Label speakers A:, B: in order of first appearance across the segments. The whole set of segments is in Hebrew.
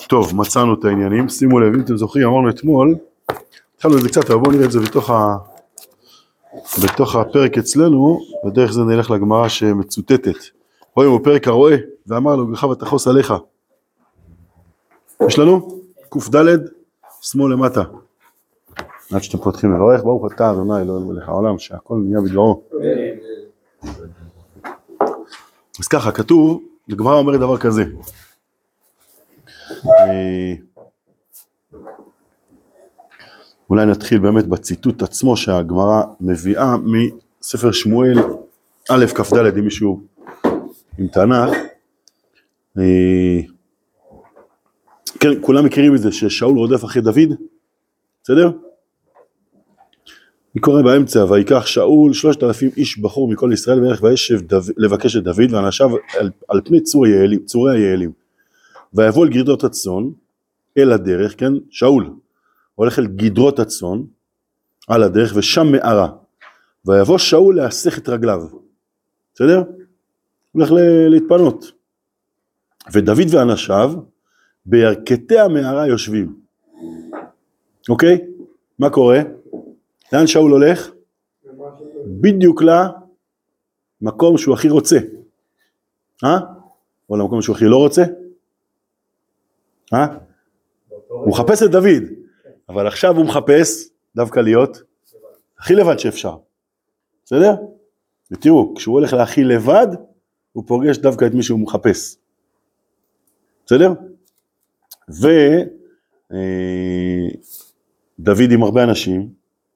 A: טוב, מצאנו את העניינים, שימו לב, אם אתם זוכרים, אמרנו אתמול, התחלנו את זה קצת, אבל בואו נראה את זה בתוך הפרק אצלנו, בדרך זה נלך לגמרא שמצוטטת. רואים בפרק הרואה, ואמר לו, גרך ותחוס עליך. יש לנו? קוף ד' שמאל למטה. עד שאתם פותחים לברך, ברוך אתה אדוני אלוהינו מלך העולם, שהכל נהיה בדברו. אז ככה, כתוב, הגמרא אומרת דבר כזה. אולי נתחיל באמת בציטוט עצמו שהגמרא מביאה מספר שמואל א' כ"ד, עם מישהו עם תנ"ך. כן, כולם מכירים את זה ששאול רודף אחרי דוד, בסדר? אני קורא באמצע, ויקח שאול 3,000 איש בחור מכל ישראל בערך וישב לבקש את דוד ואנשיו על פני צורי היעלים. ויבוא אל גדרות הצאן אל הדרך, כן, שאול הולך אל גדרות הצאן על הדרך ושם מערה, ויבוא שאול להסך את רגליו, בסדר? הולך להתפנות, ודוד ואנשיו בירכתי המערה יושבים. אוקיי? מה קורה? לאן שאול הולך? בדיוק למקום שהוא הכי רוצה. או למקום שהוא הכי לא רוצה? הוא מחפש את דוד, אבל עכשיו הוא מחפש דווקא להיות הכי לבד שאפשר. בסדר? ותראו, כשהוא הולך להכי לבד, הוא פוגש דווקא את מי שהוא מחפש. בסדר? ודוד עם הרבה אנשים,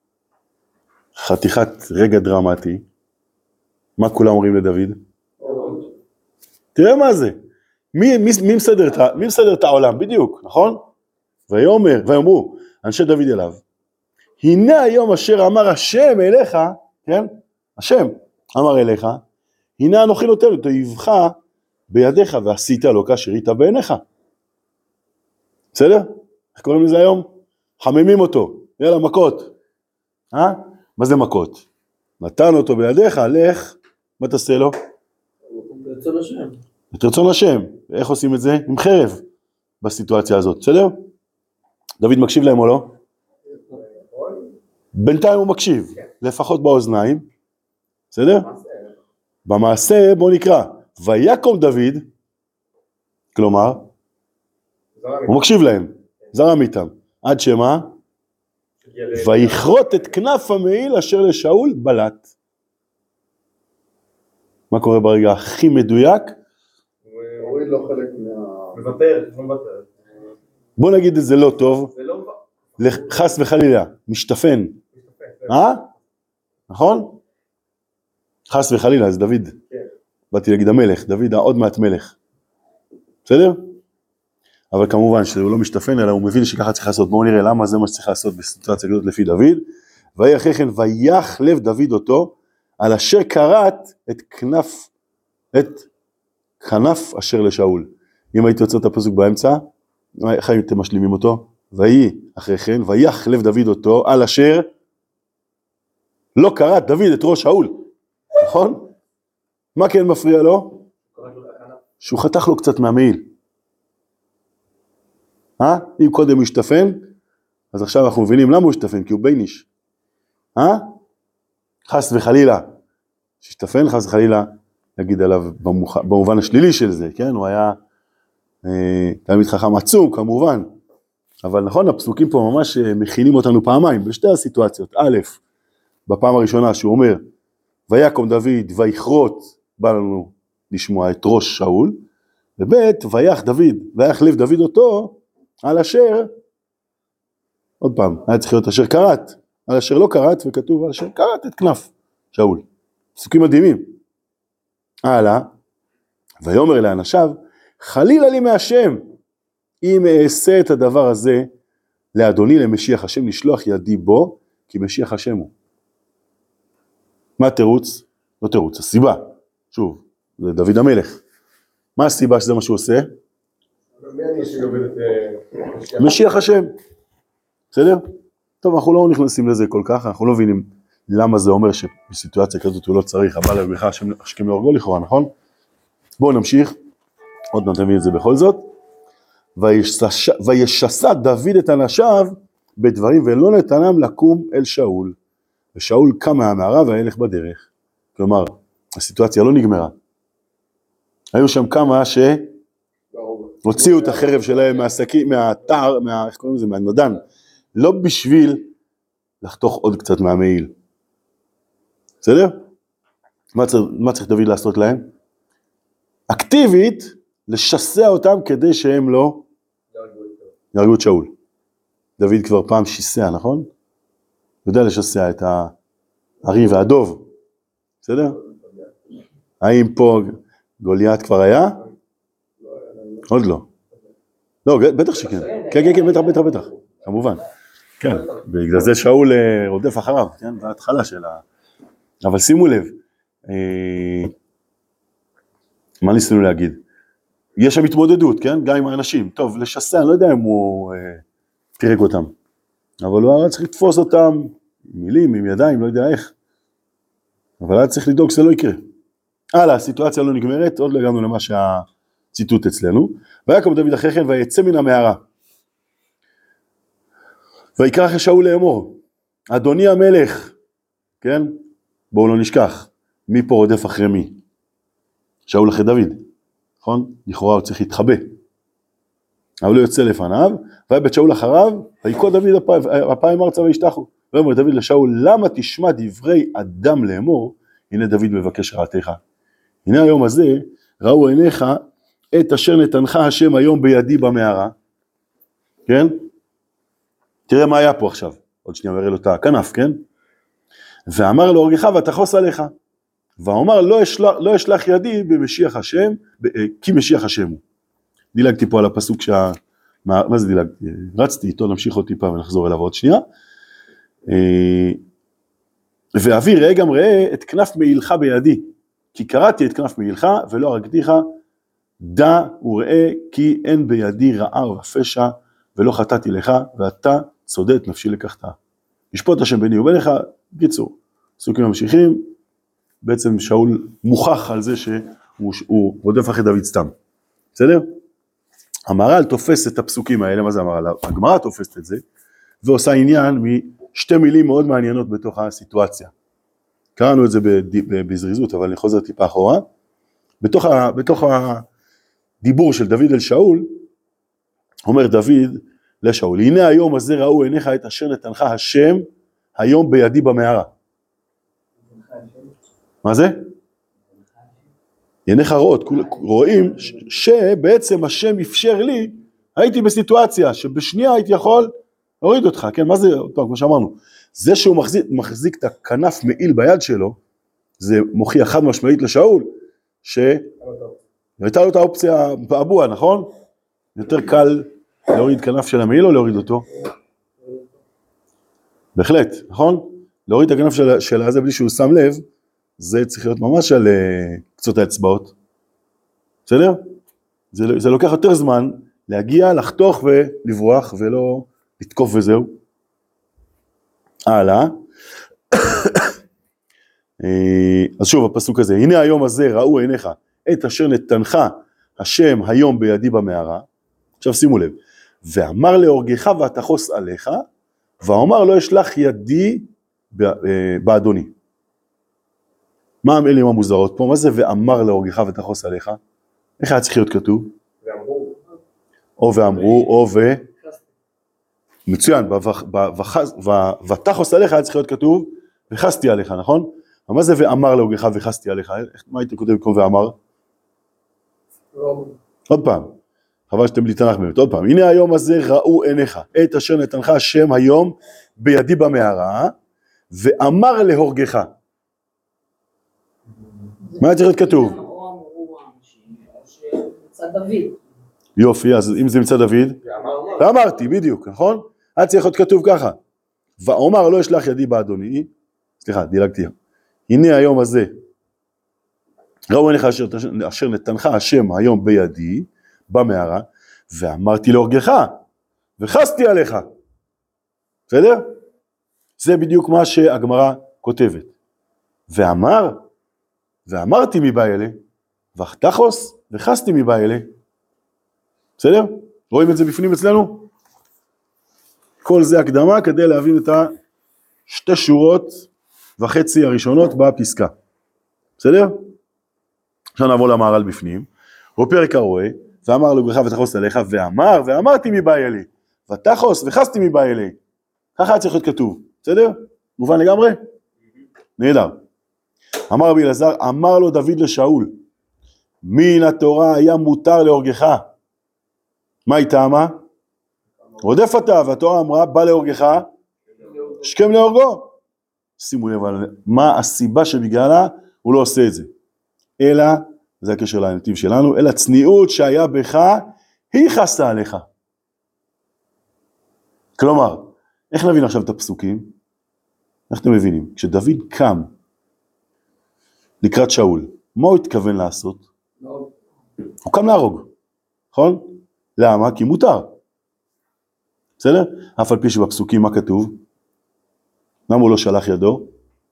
A: חתיכת רגע דרמטי, מה כולם אומרים לדוד? תראה מה זה, מי מסדר את העולם, בדיוק, נכון? ויאמרו, אנשי דוד אליו, הנה היום אשר אמר השם אליך, כן? השם אמר אליך, הנה אנוכי נותן אותו, יבך בידיך ועשית לו כאשר היית בעיניך. בסדר? איך קוראים לזה היום? חממים אותו, יאללה מכות. מה זה מכות? נתן אותו בידיך, לך, מה תעשה לו?
B: רצון השם.
A: את רצון השם. איך עושים את זה? עם חרב בסיטואציה הזאת, בסדר? דוד מקשיב להם או לא? בינתיים הוא מקשיב, לפחות באוזניים, בסדר? במעשה בוא נקרא, ויקום דוד, כלומר, הוא מקשיב להם, זרם איתם, עד שמה? ויכרות את כנף המעיל אשר לשאול בלט. מה קורה ברגע הכי מדויק?
B: הוריד לו חלק מוותר.
A: בוא נגיד את זה לא טוב, חס וחלילה, משתפן. נכון? חס וחלילה, אז דוד, באתי להגיד המלך, דוד עוד מעט מלך. בסדר? אבל כמובן שהוא לא משתפן, אלא הוא מבין שככה צריך לעשות. בואו נראה למה זה מה שצריך לעשות בסיטואציה כזאת לפי דוד. ויהי אחרי כן ויח לב דוד אותו, על אשר קראת את כנף אשר לשאול. אם הייתי יוצא את הפסוק באמצע, איך הייתם משלימים אותו? ויהי אחרי כן ויח לב דוד אותו, על אשר לא קראת דוד את ראש שאול. נכון? מה כן מפריע לו? שהוא חתך לו קצת מהמעיל. אם קודם הוא השתפן, אז עכשיו אנחנו מבינים למה הוא השתפן, כי הוא בייניש. חס וחלילה, שהשתפן חס וחלילה, נגיד עליו במובן השלילי של זה, כן? הוא היה תלמיד חכם עצום כמובן, אבל נכון, הפסוקים פה ממש מכינים אותנו פעמיים, בשתי הסיטואציות. א', בפעם הראשונה שהוא אומר, ויקום דוד ויכרות, בא לנו לשמוע את ראש שאול, וב' ויח לב דוד אותו, על אשר, עוד פעם, היה צריך להיות אשר קראת, על אשר לא קראת, וכתוב על אשר קראת את כנף שאול. פסוקים מדהימים. הלאה, ויאמר לאנשיו, חלילה לי מהשם, אם אעשה את הדבר הזה לאדוני למשיח השם, לשלוח ידי בו, כי משיח השם הוא. מה התירוץ? לא תירוץ, הסיבה. שוב, זה דוד המלך. מה הסיבה שזה מה שהוא עושה? משיח השם. בסדר? טוב, אנחנו לא נכנסים לזה כל כך, אנחנו לא מבינים למה זה אומר שבסיטואציה כזאת הוא לא צריך, הבא לבך השכם להורגו לכאורה, נכון? בואו נמשיך, עוד מעט נבין את זה בכל זאת. וישסע דוד את אנשיו בדברים ולא נתנם לקום אל שאול. ושאול קם מהמערה וילך בדרך. כלומר, הסיטואציה לא נגמרה. היו שם כמה שהוציאו את החרב שלהם מהסכין, מהתער, איך קוראים לזה? מהנדן. לא בשביל לחתוך עוד קצת מהמעיל. בסדר? מה צריך דוד לעשות להם? אקטיבית, לשסע אותם כדי שהם לא יהרגו את שאול. דוד כבר פעם שיסע, נכון? יודע לשסע את הארי והדוב. בסדר? האם פה גוליית כבר היה? עוד לא. לא, בטח שכן. כן, בטח. כמובן. כן, בגלל זה שאול רודף אחריו, כן? זה ההתחלה של אבל שימו לב, מה ניסינו להגיד? יש שם התמודדות, כן? גם עם האנשים. טוב, לשסע, אני לא יודע אם הוא פירק אותם. אבל הוא היה צריך לתפוס אותם עם מילים, עם ידיים, לא יודע איך. אבל היה צריך לדאוג שזה לא יקרה. הלאה, הסיטואציה לא נגמרת, עוד לא הגענו למה שהציטוט אצלנו. ויקום דוד אחרי כן ויצא מן המערה. ויקרא אחרי שאול לאמור, אדוני המלך, כן? בואו לא נשכח, מי פה רודף אחרי מי? שאול אחרי דוד, נכון? לכאורה הוא צריך להתחבא. אבל הוא יוצא לפניו, ויבט שאול אחריו, ויקוד דוד הפעם ארצה וישתחו. ואומר דוד לשאול, למה תשמע דברי אדם לאמור? הנה דוד מבקש רעתך. הנה היום הזה, ראו עיניך את אשר נתנך השם היום בידי במערה. כן? תראה מה היה פה עכשיו. עוד שנייה מראה לו את הכנף, כן? ואמר לו הורגך ותחוס עליך. ואומר לא אשלח ידי במשיח השם, כי משיח השם הוא. דילגתי פה על הפסוק מה זה דילגתי? רצתי איתו, נמשיך עוד טיפה ונחזור אליו עוד שנייה. ואבי ראה גם ראה את כנף מעילך בידי, כי קראתי את כנף מעילך ולא הרגתיך, דע וראה כי אין בידי רעה ופשע ולא חטאתי לך, ואתה צודק את נפשי לקחתה. ישפוט השם ביני וביניך, בקיצור. פסוקים ממשיכים, בעצם שאול מוכח על זה שהוא רודף אחרי דוד סתם. בסדר? המהר"ל תופס את הפסוקים האלה, מה זה המהר"ל? הגמרא תופסת את זה, ועושה עניין משתי מילים מאוד מעניינות בתוך הסיטואציה. קראנו את זה בזריזות, אבל אני חוזר טיפה אחורה. בתוך הדיבור של דוד אל שאול, אומר דוד לשאול, הנה היום הזה ראו עיניך את אשר נתנך השם היום בידי במערה. מה זה? עיניך רואות, רואים שבעצם השם אפשר לי, הייתי בסיטואציה שבשנייה הייתי יכול להוריד אותך, כן, מה זה, טוב, כמו שאמרנו, זה שהוא מחזיק את הכנף מעיל ביד שלו, זה מוכיח חד משמעית לשאול, שהייתה לו את האופציה באבוע, נכון? יותר קל להוריד כנף של המעיל או להוריד אותו? בהחלט, נכון? להוריד את הכנף של הזה בלי שהוא שם לב, זה צריך להיות ממש על קצות האצבעות. בסדר? זה לוקח יותר זמן להגיע, לחתוך ולברוח ולא לתקוף וזהו. הלאה. אז שוב הפסוק הזה, הנה היום הזה ראו עיניך את אשר נתנך השם היום בידי במערה. עכשיו שימו לב, ואמר להורגך ותחוס עליך, ואומר לא אשלח ידי באדוני. מה המילים המוזרות פה? מה זה ואמר להורגך ותחוס עליך? איך היה צריך להיות כתוב?
B: ואמרו.
A: או ואמרו, או מצוין, ותחוס עליך היה צריך להיות כתוב, וחסתי עליך, נכון? מה זה ואמר להורגך וחסתי עליך? מה הייתי כותב במקום ואמר? עוד פעם, חבל שאתם לי תנ"ך באמת, עוד פעם, הנה היום הזה ראו עיניך, את אשר נתנך השם היום בידי במערה, ואמר להורגך. מה היה צריך להיות כתוב?
C: או אמרו האנשים, או שמצד דוד.
A: יופי, אז אם זה מצד דוד, ואמרתי, בדיוק, נכון? היה צריך להיות כתוב ככה, ואומר לא אשלח ידי באדוני, סליחה, דילגתי, הנה היום הזה, ראו עיניך אשר נתנך השם היום בידי, במערה, ואמרתי להורגך, וחסתי עליך. בסדר? זה בדיוק מה שהגמרא כותבת. ואמרתי מבא אלה, ותחוס, וחסתי מבא אלה. בסדר? רואים את זה בפנים אצלנו? כל זה הקדמה כדי להבין את השתי שורות וחצי הראשונות בפסקה. בסדר? עכשיו נעבור למהר"ל בפנים. הוא פרק הרואה, ואמר לו ברכה ותחוס עליך, ואמרתי מי בא אלי, ותחוס וחסתי מי בא אלי. ככה היה צריך להיות כתוב. בסדר? מובן לגמרי? נהדר. אמר רבי אלעזר, אמר לו דוד לשאול, מן התורה היה מותר להורגך. מה היא טעמה? רודף אתה, והתורה אמרה, בא להורגך, שכם להורגו. שימו לב על מה הסיבה שבגללה הוא לא עושה את זה. אלא, זה הקשר לנתיב שלנו, אלא צניעות שהיה בך, היא חסה עליך. כלומר, איך נבין עכשיו את הפסוקים? איך אתם מבינים? כשדוד קם לקראת שאול, מה הוא התכוון לעשות? הוא קם להרוג, נכון? למה? כי מותר. בסדר? אף על פי שבפסוקים מה כתוב? למה הוא לא שלח ידו?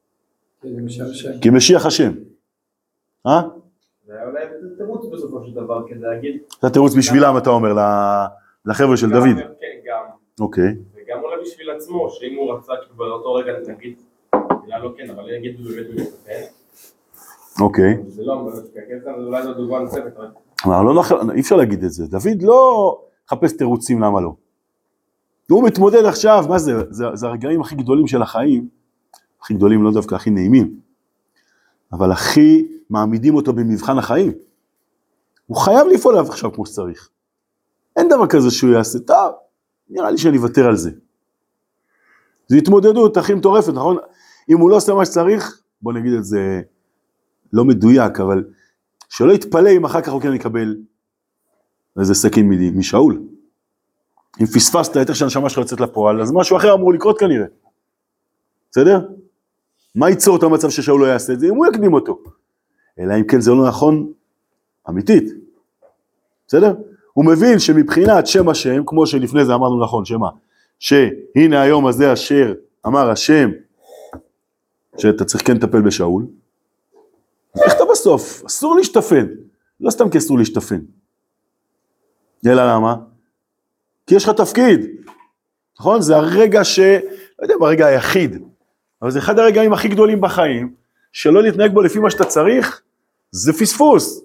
A: כי משיח השם.
B: זה היה אולי תירוץ בסופו של דבר, כדי להגיד...
A: זה תירוץ בשבילם, אתה אומר, לחבר'ה של דוד.
B: כן, גם.
A: אוקיי.
B: וגם אולי בשביל עצמו, שאם הוא רצה באותו רגע נגיד, מילה לא כן, אבל נגיד הוא באמת מתכוון.
A: אוקיי.
B: זה לא, זה אולי זו דוגמה נוספת.
A: אי אפשר להגיד את זה. דוד לא חפש תירוצים למה לא. הוא מתמודד עכשיו, מה זה? זה הרגעים הכי גדולים של החיים. הכי גדולים, לא דווקא הכי נעימים. אבל הכי מעמידים אותו במבחן החיים. הוא חייב לפעול עליו עכשיו כמו שצריך. אין דבר כזה שהוא יעשה, טוב, נראה לי שאני אוותר על זה. זו התמודדות הכי מטורפת, נכון? אם הוא לא עושה מה שצריך, בוא נגיד את זה לא מדויק, אבל שלא יתפלא אם אחר כך הוא כן יקבל איזה סכין משאול. אם פספסת את איך שהנשמה שלך יוצאת לפועל, אז משהו אחר אמור לקרות כנראה. בסדר? מה ייצור את המצב ששאול לא יעשה את זה? אם הוא יקדים אותו. אלא אם כן זה לא נכון אמיתית. בסדר? הוא מבין שמבחינת שם השם, כמו שלפני זה אמרנו נכון, שמה? שהנה היום הזה אשר אמר השם, שאתה צריך כן לטפל בשאול. איך אתה בסוף? אסור להשתפן. לא סתם כי אסור להשתפן. אלא למה? כי יש לך תפקיד. נכון? זה הרגע לא יודע, ברגע היחיד. אבל זה אחד הרגעים הכי גדולים בחיים, שלא להתנהג בו לפי מה שאתה צריך, זה פספוס.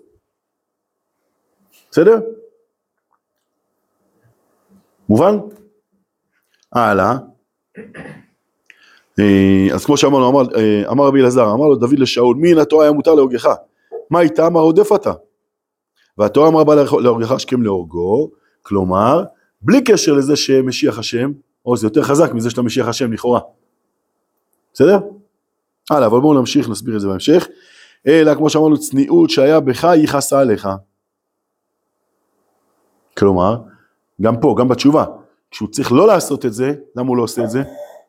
A: בסדר? מובן? הלאה. אז כמו שאמרנו, אמר רבי אלעזר, אמר לו דוד לשאול, מן התורה היה מותר להורגך? מה איתה? אמר רודף אתה. והתורה אמרה בא להורגך שכם להורגו, כלומר, בלי קשר לזה שמשיח השם, או זה יותר חזק מזה שאתה משיח השם לכאורה. בסדר? הלאה, אבל בואו נמשיך, נסביר את זה בהמשך. אלא כמו שאמרנו, צניעות שהיה בך היא חסה עליך. כלומר, גם פה, גם בתשובה, כשהוא צריך לא לעשות את זה, למה הוא לא עושה את זה?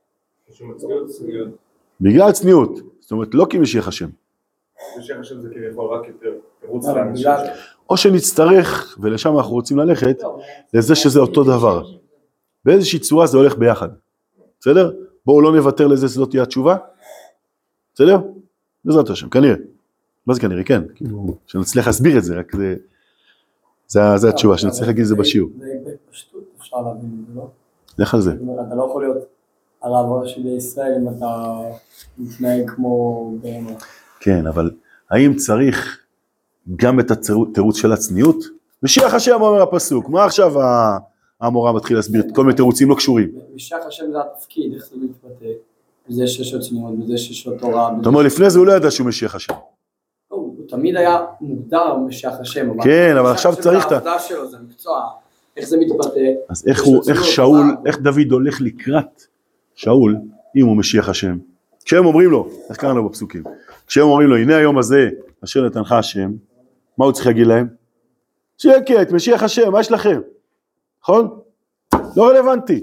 A: בגלל צניעות, זאת אומרת, לא כי משיח השם.
B: משיח השם זה כביכול רק יותר תירוץ לאנשים.
A: או שנצטרך, ולשם אנחנו רוצים ללכת, לזה שזה אותו דבר. באיזושהי צורה זה הולך ביחד. בסדר? בואו לא נוותר לזה, זאת תהיה התשובה. בסדר? בעזרת השם, כנראה. מה זה כנראה? כן. שנצליח להסביר את זה, רק זה התשובה, שנצליח להגיד את זה בשיעור.
D: זה בפשטות, אפשר להבין את זה, לא?
A: לך על זה.
D: אתה לא יכול להיות הרב הראשי לישראל אם אתה מתנהג כמו בהמה.
A: כן, אבל האם צריך גם את התירוץ של הצניעות? משיח השם אומר הפסוק, מה עכשיו המורה מתחיל להסביר? כל מיני תירוצים לא קשורים.
D: משיח השם זה התפקיד, איך זה מתבטא? בזה שיש לו צניעות, בזה שיש לו תורה.
A: זאת אומרת, לפני זה הוא לא ידע שהוא משיח השם.
D: הוא תמיד היה מוגדר משיח השם.
A: כן, אבל עכשיו צריך את
D: העבודה שלו, זה מקצוע, איך זה מתבטא?
A: אז איך שאול, איך דוד הולך לקראת שאול, אם הוא משיח השם? כשהם אומרים לו, איך קראנו בפסוקים? כשהם אומרים לו, הנה היום הזה, אשר נתנך השם, מה הוא צריך להגיד להם? שקט, משיח השם, מה יש לכם? נכון? לא רלוונטי.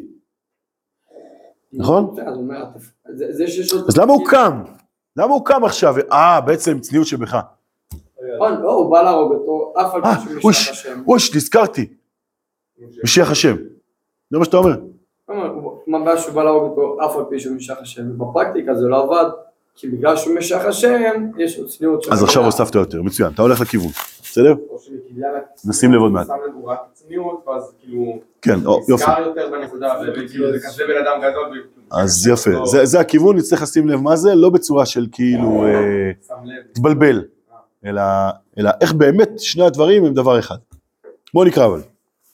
A: נכון? אז למה הוא קם? למה הוא קם עכשיו? בעצם צניעות שבך.
D: נכון, לא, הוא בא להרוג אותו, אף על פי שהוא משיח השם.
A: נזכרתי. משיח השם. זה מה שאתה אומר.
D: מה הבעיה שהוא בא להרוג אותו, אף על פי שהוא משיח השם, ובפרקטיקה זה לא עבד, כי בגלל שהוא משיח השם, יש עוד צניעות.
A: אז עכשיו הוספת יותר, מצוין, אתה הולך לכיוון. בסדר?
B: או שבגלל
A: נשים לב עוד מעט.
B: שם לב, הוא רק צניעות, ואז כאילו...
A: כן, יופי.
B: נזכר יותר בנקודה, וכאילו זה כזה בן אדם גדול.
A: אז יפה, זה הכיוון, נצטרך לשים לב מה זה, לא בצורה של כאילו
B: שם לב.
A: תבלבל, אלא איך באמת שני הדברים הם דבר אחד. בואו נקרא אבל.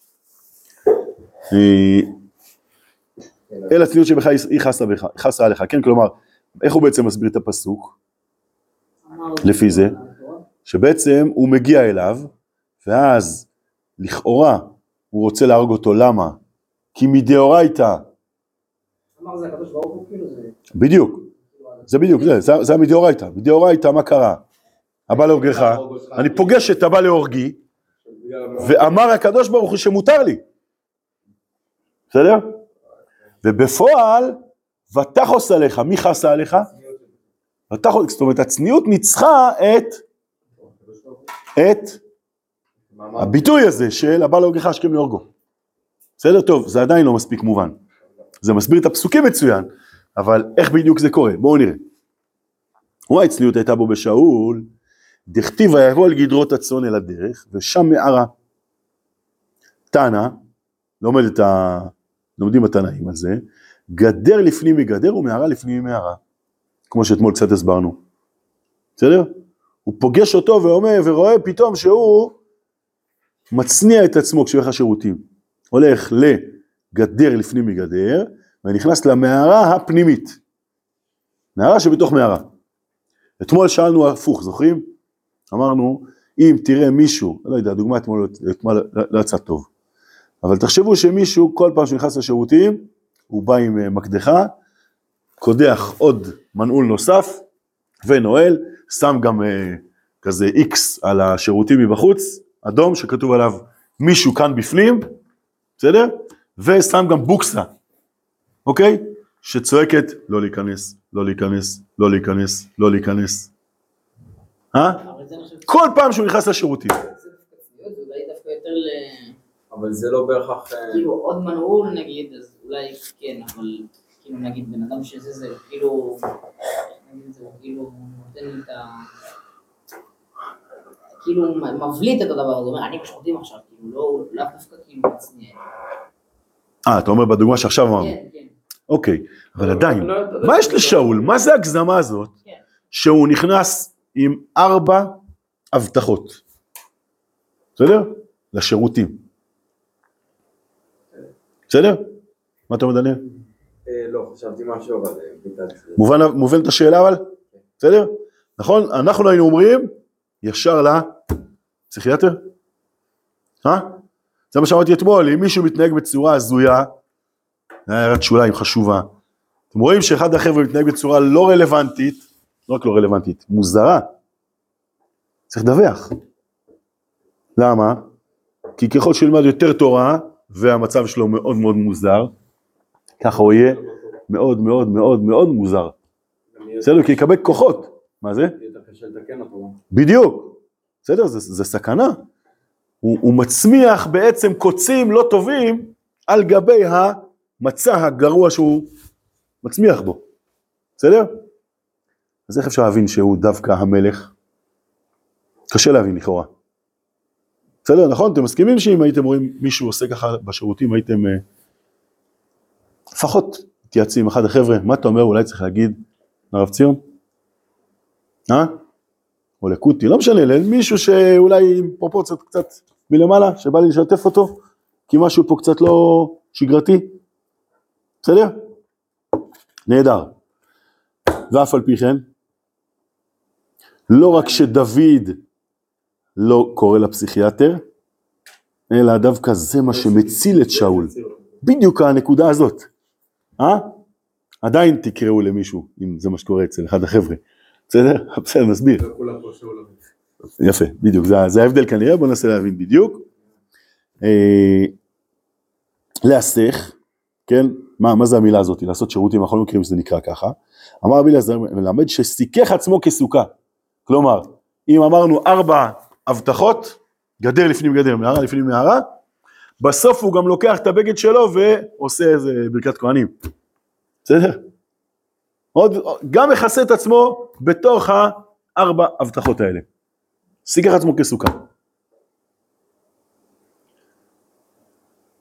A: אל הצניעות שבך היא חסה עליך, כן? כלומר, איך הוא בעצם מסביר את הפסוק? לפי זה, שבעצם הוא מגיע אליו, ואז לכאורה הוא רוצה להרוג אותו, למה? כי מדאורייתא.
C: אמר זה הקדוש ברוך הוא כאילו זה...
A: בדיוק, זה בדיוק, זה המדאורייתא. מדאורייתא מה קרה? הבא להורגך, אני פוגש את הבא להורגי, ואמר הקדוש ברוך הוא שמותר לי. בסדר? ובפועל, ותחוס עליך, מי חסה עליך? זאת אומרת, הצניעות ניצחה את הביטוי הזה של הבא להורגך השכם להורגו. בסדר? טוב, זה עדיין לא מספיק מובן. זה מסביר את הפסוקים מצוין, אבל איך בדיוק זה קורה? בואו נראה. הצניעות הייתה בו בשאול, דכתיב ויבוא על גדרות הצאן אל הדרך, ושם מערה. תנא, לומדים התנאים על זה, גדר לפנים מגדר ומערה לפנים מערה. כמו שאתמול קצת הסברנו. בסדר? הוא פוגש אותו ואומר, ורואה פתאום שהוא מצניע את עצמו כשהוא הולך לשירותים. הולך לגדר לפנים מגדר, ונכנס למערה הפנימית. מערה שבתוך מערה. אתמול שאלנו הפוך, זוכרים? אמרנו, אם תראה מישהו, לא יודע, דוגמה אתמול לא יצא טוב, אבל תחשבו שמישהו, כל פעם שנכנס לשירותים, הוא בא עם מקדחה, קודח עוד מנעול נוסף, ונועל, שם גם כזה X על השירותים מבחוץ, אדום שכתוב עליו מישהו כאן בפנים, בסדר? ושם גם בוקסה, אוקיי? שצועקת לא להיכנס, לא להיכנס, לא להיכנס, לא להיכנס. כל פעם שהוא נכנס לשירותים.
C: אולי דווקא יותר
D: אבל זה לא בהכרח...
C: כאילו עוד מנעול נגיד, אז אולי כן, אבל כאילו נגיד בן אדם שזה זה כאילו, זה כאילו נותן לי את ה... כאילו מבליט את הדבר הזה, אומר אני בשירותים עכשיו, כאילו לא דווקא כאילו מצניע.
A: אתה אומר בדוגמה שעכשיו אמרנו.
C: כן, כן.
A: אוקיי, אבל עדיין, מה יש לשאול? מה זה הגזמה הזאת? שהוא נכנס עם 4 הבטחות. בסדר? לשירותים. בסדר? מה אתה אומר, דניאל?
D: לא, חשבתי משהו, אבל...
A: מובן את השאלה אבל? בסדר? נכון? אנחנו היינו אומרים, ישר לפסיכיאטר? זה מה שאמרתי אתמול, אם מישהו מתנהג בצורה הזויה, זה היה הערת שוליים חשובה. אתם רואים שאחד החבר'ה מתנהג בצורה לא רלוונטית, לא רק לא רלוונטית, מוזרה. צריך לדווח. למה? כי ככל שילמד יותר תורה, והמצב שלו מאוד מאוד מוזר, ככה הוא יהיה מאוד מאוד מאוד מאוד מוזר. בסדר? כי יקבל כוחות. מה זה?
D: יותר קשה לתקן אותו.
A: בדיוק. בסדר? זה סכנה. הוא מצמיח בעצם קוצים לא טובים על גבי המצע הגרוע שהוא מצמיח בו. בסדר? אז איך אפשר להבין שהוא דווקא המלך? קשה להבין לכאורה. בסדר, נכון? אתם מסכימים שאם הייתם רואים מישהו עושה ככה בשירותים, הייתם לפחות תייעצים אחד החבר'ה, מה אתה אומר? אולי צריך להגיד לרב ציון? או לקוטי, לא משנה, למישהו שאולי עם פרופורציות קצת מלמעלה, שבא לי לשתף אותו, כי משהו פה קצת לא שגרתי. בסדר? נהדר. ואף על פי כן, לא רק שדוד לא קורא לפסיכיאטר, אלא דווקא זה מה שמציל את שאול. בדיוק הנקודה הזאת. עדיין תקראו למישהו, אם זה מה שקורה אצל אחד החבר'ה. בסדר? בסדר, נסביר. יפה, בדיוק. זה ההבדל כנראה, בוא ננסה להבין בדיוק. להסך, כן? מה זה המילה הזאת? לעשות שירותים, אנחנו לא מכירים שזה נקרא ככה. אמר רבי אליעזר מלמד שסיכך עצמו כסוכה. כלומר, אם אמרנו 4 הבטחות, גדר לפנים גדר, מערה לפנים מערה, בסוף הוא גם לוקח את הבגד שלו ועושה איזה ברכת כהנים. בסדר? גם מכסה את עצמו בתוך 4 הבטחות האלה. סיכך עצמו כסוכה.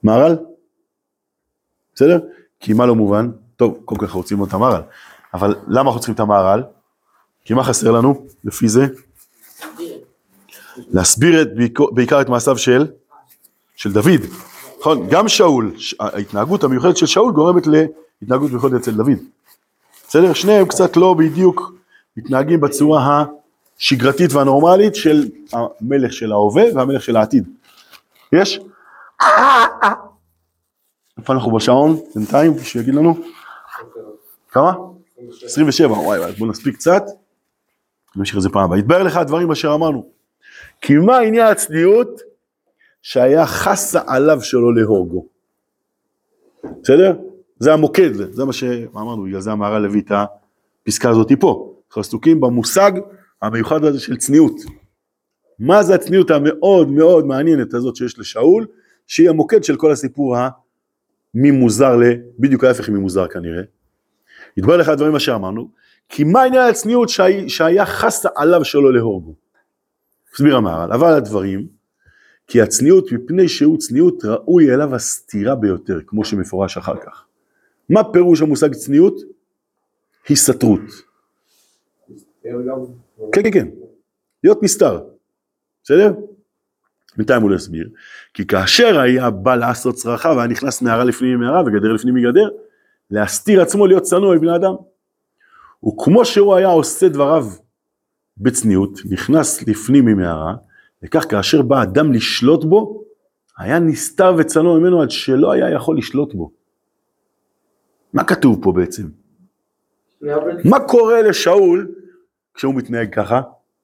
A: מהר"ל? בסדר? כי מה לא מובן? טוב, כל כך רוצים את המהר"ל. אבל למה אנחנו צריכים את המהר"ל? כי מה חסר לנו לפי זה? להסביר בעיקר את מעשיו של דוד. נכון? גם שאול, ההתנהגות המיוחדת של שאול גורמת להתנהגות מיוחדת אצל דוד. בסדר? שניהם קצת לא בדיוק מתנהגים בצורה השגרתית והנורמלית של המלך של ההווה והמלך של העתיד. יש? איפה אנחנו בשעון? בינתיים, שיגיד לנו. כמה? 27. וואי, בוא נספיק קצת. נמשיך את זה פעם הבאה. יתבהר לך הדברים אשר אמרנו. כי מה עניין הצניעות שהיה חסה עליו שלא להורגו? בסדר? זה המוקד, זה מה שאמרנו, בגלל זה המהר"ל הביא את הפסקה הזאת פה. אנחנו עסוקים במושג המיוחד הזה של צניעות. מה זה הצניעות המאוד מאוד מעניינת הזאת שיש לשאול, שהיא המוקד של כל הסיפור ממוזר בדיוק ההפך ממוזר כנראה. יתבהר לך הדברים מה שאמרנו, כי מה עניין הצניעות שהיה חסה עליו שלא להורגו? הסביר המהר"ל, אבל הדברים, כי הצניעות מפני שהוא צניעות ראוי אליו הסתירה ביותר, כמו שמפורש אחר כך. מה פירוש המושג צניעות? הסתרות. כן. להיות מסתר. בסדר? בינתיים הוא לא הסביר. כי כאשר היה בא לעשות צרכה, והיה נכנס מערה לפנים ממערה וגדר לפנים מגדר, להסתיר עצמו להיות צנוע לבני אדם. וכמו שהוא היה עושה דבריו בצניעות, נכנס לפנים ממערה, וכך כאשר בא אדם לשלוט בו, היה נסתר וצנוע ממנו עד שלא היה יכול לשלוט בו. מה כתוב פה בעצם? מה קורה לשאול כשהוא מתנהג ככה?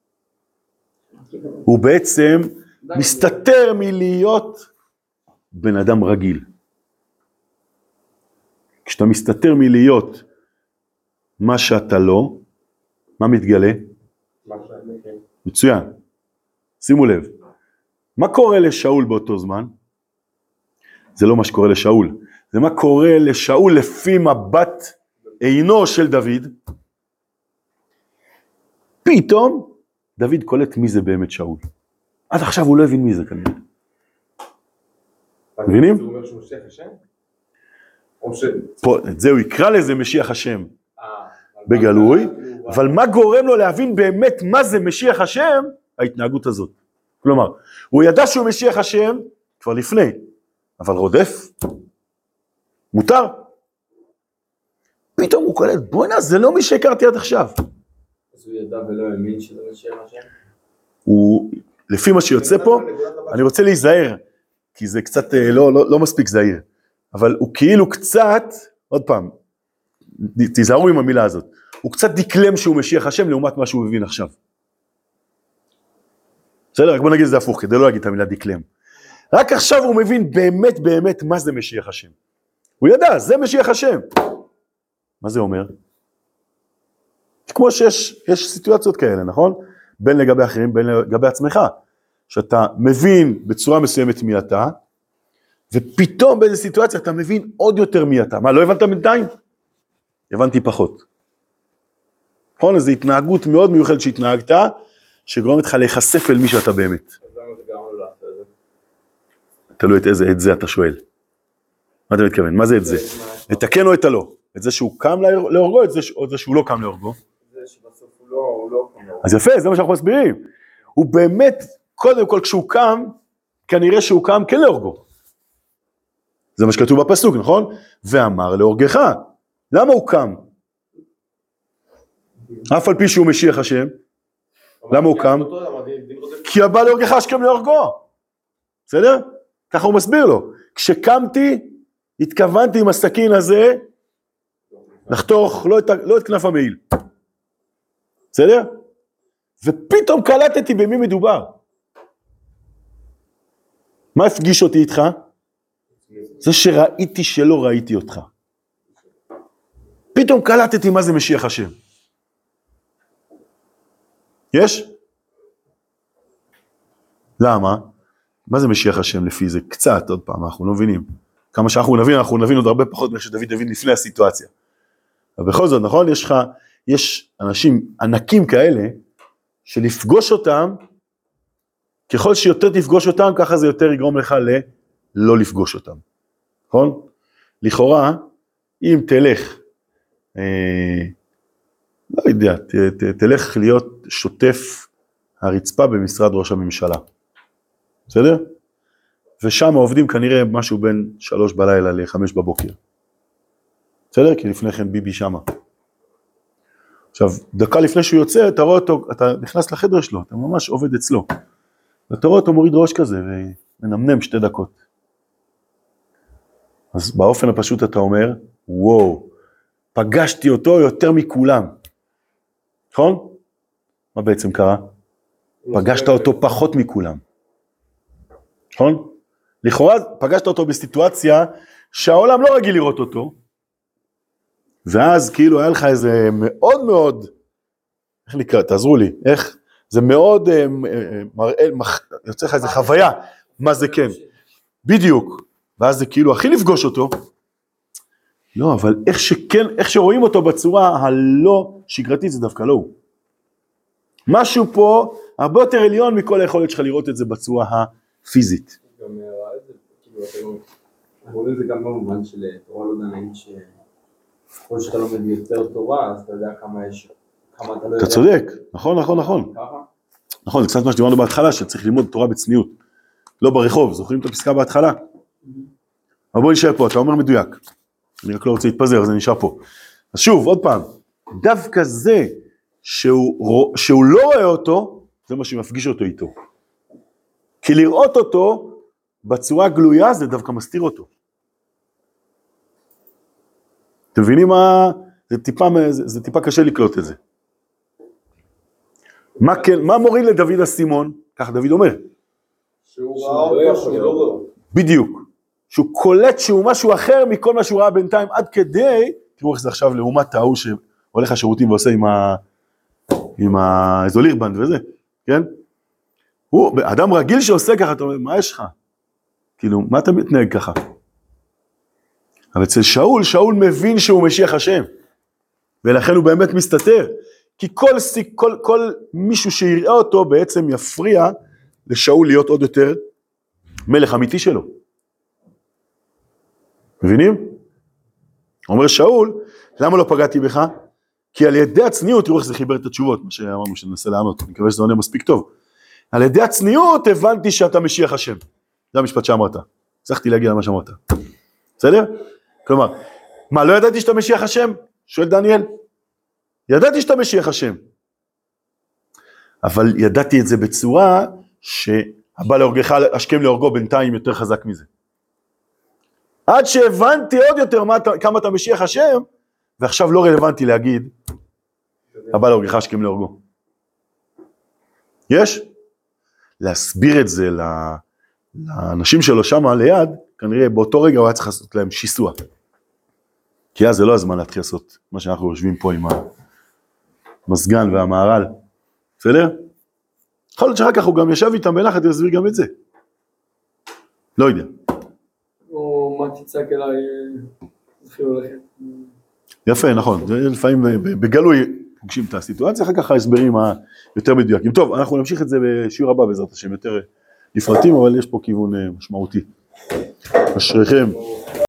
A: הוא בעצם מסתתר מלהיות בן אדם רגיל. כשאתה מסתתר מלהיות מה שאתה לא, מה מתגלה? מצוין. שימו לב. מה קורה לשאול באותו זמן? זה לא מה שקורה לשאול. זה מה קורה לשאול לפי מבט עינו של דוד. פתאום דוד קולט מי זה באמת שאול. עד עכשיו הוא לא הבין מי זה כנראה. מבינים?
B: הוא אומר שהוא משיח השם?
A: פה, את זה הוא יקרא לזה משיח השם בגלוי, אבל מה גורם לו להבין באמת מה זה משיח השם? ההתנהגות הזאת. כלומר, הוא ידע שהוא משיח השם כבר לפני, אבל רודף, מותר. פתאום הוא קולט, בוא'נה, זה לא מי שהכרתי עד עכשיו.
B: אז הוא ידע ולא האמין שזה משיח השם?
A: הוא, לפי מה שיוצא פה, אני רוצה להיזהר, כי זה קצת לא מספיק זהיר, אבל הוא כאילו קצת, עוד פעם, תיזהרו עם המילה הזאת, הוא קצת דקלם שהוא משיח השם לעומת מה שהוא מבין עכשיו. בסדר, רק בוא נגיד את זה הפוך, כדי לא להגיד את המילה דקלם. רק עכשיו הוא מבין באמת באמת מה זה משיח השם. הוא ידע, זה משיח השם. מה זה אומר? כמו שיש סיטואציות כאלה, נכון? בין לגבי אחרים, בין לגבי עצמך. שאתה מבין בצורה מסוימת מי אתה, ופתאום באיזו סיטואציה אתה מבין עוד יותר מי אתה. מה, לא הבנת בינתיים? הבנתי פחות. נכון? איזו התנהגות מאוד מיוחדת שהתנהגת, שגורמת לך להיחשף אל מי שאתה באמת.
B: אז למה זה גם לא לעשות את זה?
A: תלוי את זה אתה שואל. מה אתה מתכוון? מה זה את זה? את הכן או את הלא? את זה שהוא קם להורגו, או את זה שהוא לא קם להורגו?
B: זה שבסוף הוא לא קם להורגו.
A: אז יפה, זה מה שאנחנו מסבירים. הוא באמת, קודם כל כשהוא קם, כנראה שהוא קם כן להורגו. זה מה שכתוב בפסוק, נכון? ואמר להורגך. למה הוא קם? אף על פי שהוא משיח השם. למה הוא קם? כי הבא להורגך השכם להורגו. בסדר? ככה הוא מסביר לו. כשקמתי, התכוונתי עם הסכין הזה, לחתוך לא את כנף המעיל. בסדר? ופתאום קלטתי במי מדובר. מה הפגיש אותי איתך? זה שראיתי שלא ראיתי אותך. פתאום קלטתי מה זה משיח השם. יש? למה? מה זה משיח השם לפי זה? קצת, עוד פעם, אנחנו לא מבינים. כמה שאנחנו נבין עוד הרבה פחות ממה שדוד הבין לפני הסיטואציה. אבל בכל זאת, נכון? יש אנשים ענקים כאלה, שלפגוש אותם, ככל שיותר תפגוש אותם, ככה זה יותר יגרום לך לא לפגוש אותם. נכון? לכאורה, אם תלך, לא יודע, תלך להיות שוטף הרצפה במשרד ראש הממשלה, בסדר? ושם העובדים כנראה משהו בין 3 בלילה ל5 בבוקר, בסדר? כי לפני כן ביבי שמה. עכשיו, דקה לפני שהוא יוצא, אתה רואה אותו, אתה נכנס לחדר שלו, אתה ממש עובד אצלו. ואתה רואה אותו מוריד ראש כזה, ומנמנם 2 דקות. אז באופן הפשוט אתה אומר, וואו, פגשתי אותו יותר מכולם. נכון? מה בעצם קרה? פגשת אותו פחות מכולם. נכון? לכאורה פגשת אותו בסיטואציה שהעולם לא רגיל לראות אותו, ואז כאילו היה לך איזה מאוד מאוד, איך נקרא, תעזרו לי, איך, זה מאוד מראה, יוצא לך איזה חוויה, מה זה כן, בדיוק, ואז זה כאילו הכי לפגוש אותו, לא, אבל איך שכן, איך שרואים אותו בצורה הלא שגרתית, זה דווקא לא הוא. משהו פה הרבה יותר עליון מכל היכולת שלך לראות את זה בצורה הפיזית.
E: גם ראה את זה, כאילו, אנחנו רואים את זה גם במובן של תורה, לא יודע, נגיד שכל שאתה לומד יותר תורה, אז אתה יודע כמה יש, כמה אתה לא יודע.
A: אתה צודק, נכון. נכון, זה קצת מה שדיברנו בהתחלה, שצריך ללמוד תורה בצניעות, לא ברחוב, זוכרים את הפסקה בהתחלה? אבל בוא נשאר פה, אתה אומר מדויק, אני רק לא רוצה להתפזר, אז אני נשאר פה. אז שוב, עוד פעם, דווקא זה שהוא לא רואה אותו, זה מה שמפגיש אותו איתו. כי לראות אותו בצורה גלויה, זה דווקא מסתיר אותו. אתם מבינים מה? זה טיפה קשה לקלוט את זה. מה מוריד לדוד הסימון? כך דוד אומר.
E: שהוא ראה אותו, שהוא לא רואה.
A: בדיוק. שהוא קולט שהוא משהו אחר מכל מה שהוא ראה בינתיים, עד כדי, תראו איך זה עכשיו לעומת ההוא שהולך השירותים ועושה עם האזולירבנד וזה, כן? הוא, אדם רגיל שעושה ככה, אתה אומר, מה יש לך? כאילו, מה אתה מתנהג ככה? אבל אצל שאול מבין שהוא משיח השם, ולכן הוא באמת מסתתר, כי כל מישהו שיראה אותו בעצם יפריע לשאול להיות עוד יותר מלך אמיתי שלו. מבינים? אומר שאול, למה לא פגעתי בך? כי על ידי הצניעות, תראו איך זה חיבר את התשובות, מה שאמרנו שננסה לענות, אני מקווה שזה עונה מספיק טוב. על ידי הצניעות הבנתי שאתה משיח השם. זה המשפט שאמרת. צריכתי להגיע למה שאמרת. בסדר? כלומר, מה, לא ידעתי שאתה משיח השם? שואל דניאל. ידעתי שאתה משיח השם. אבל ידעתי את זה בצורה שהבא להורגך השכם להורגו בינתיים יותר חזק מזה. עד שהבנתי עוד יותר כמה אתה משיח השם, ועכשיו לא רלוונטי להגיד, הבא להורגך השכם להורגו. יש? להסביר את זה לאנשים שלו שם ליד, כנראה באותו רגע הוא היה צריך לעשות להם שיסוע. כי אז זה לא הזמן להתחיל לעשות מה שאנחנו יושבים פה עם המסגן והמערל. בסדר? יכול להיות שאחר כך הוא גם ישב איתם בנחת ויסביר גם את זה. לא יודע.
D: או מה תצעק אליי, התחיל הולכת.
A: יפה, נכון. לפעמים בגלוי פוגשים את הסיטואציה, אחר כך ההסברים היותר מדויקים. טוב, אנחנו נמשיך את זה בשיעור הבא בעזרת השם, יותר לפרטים, אבל יש פה כיוון משמעותי. אשריכם.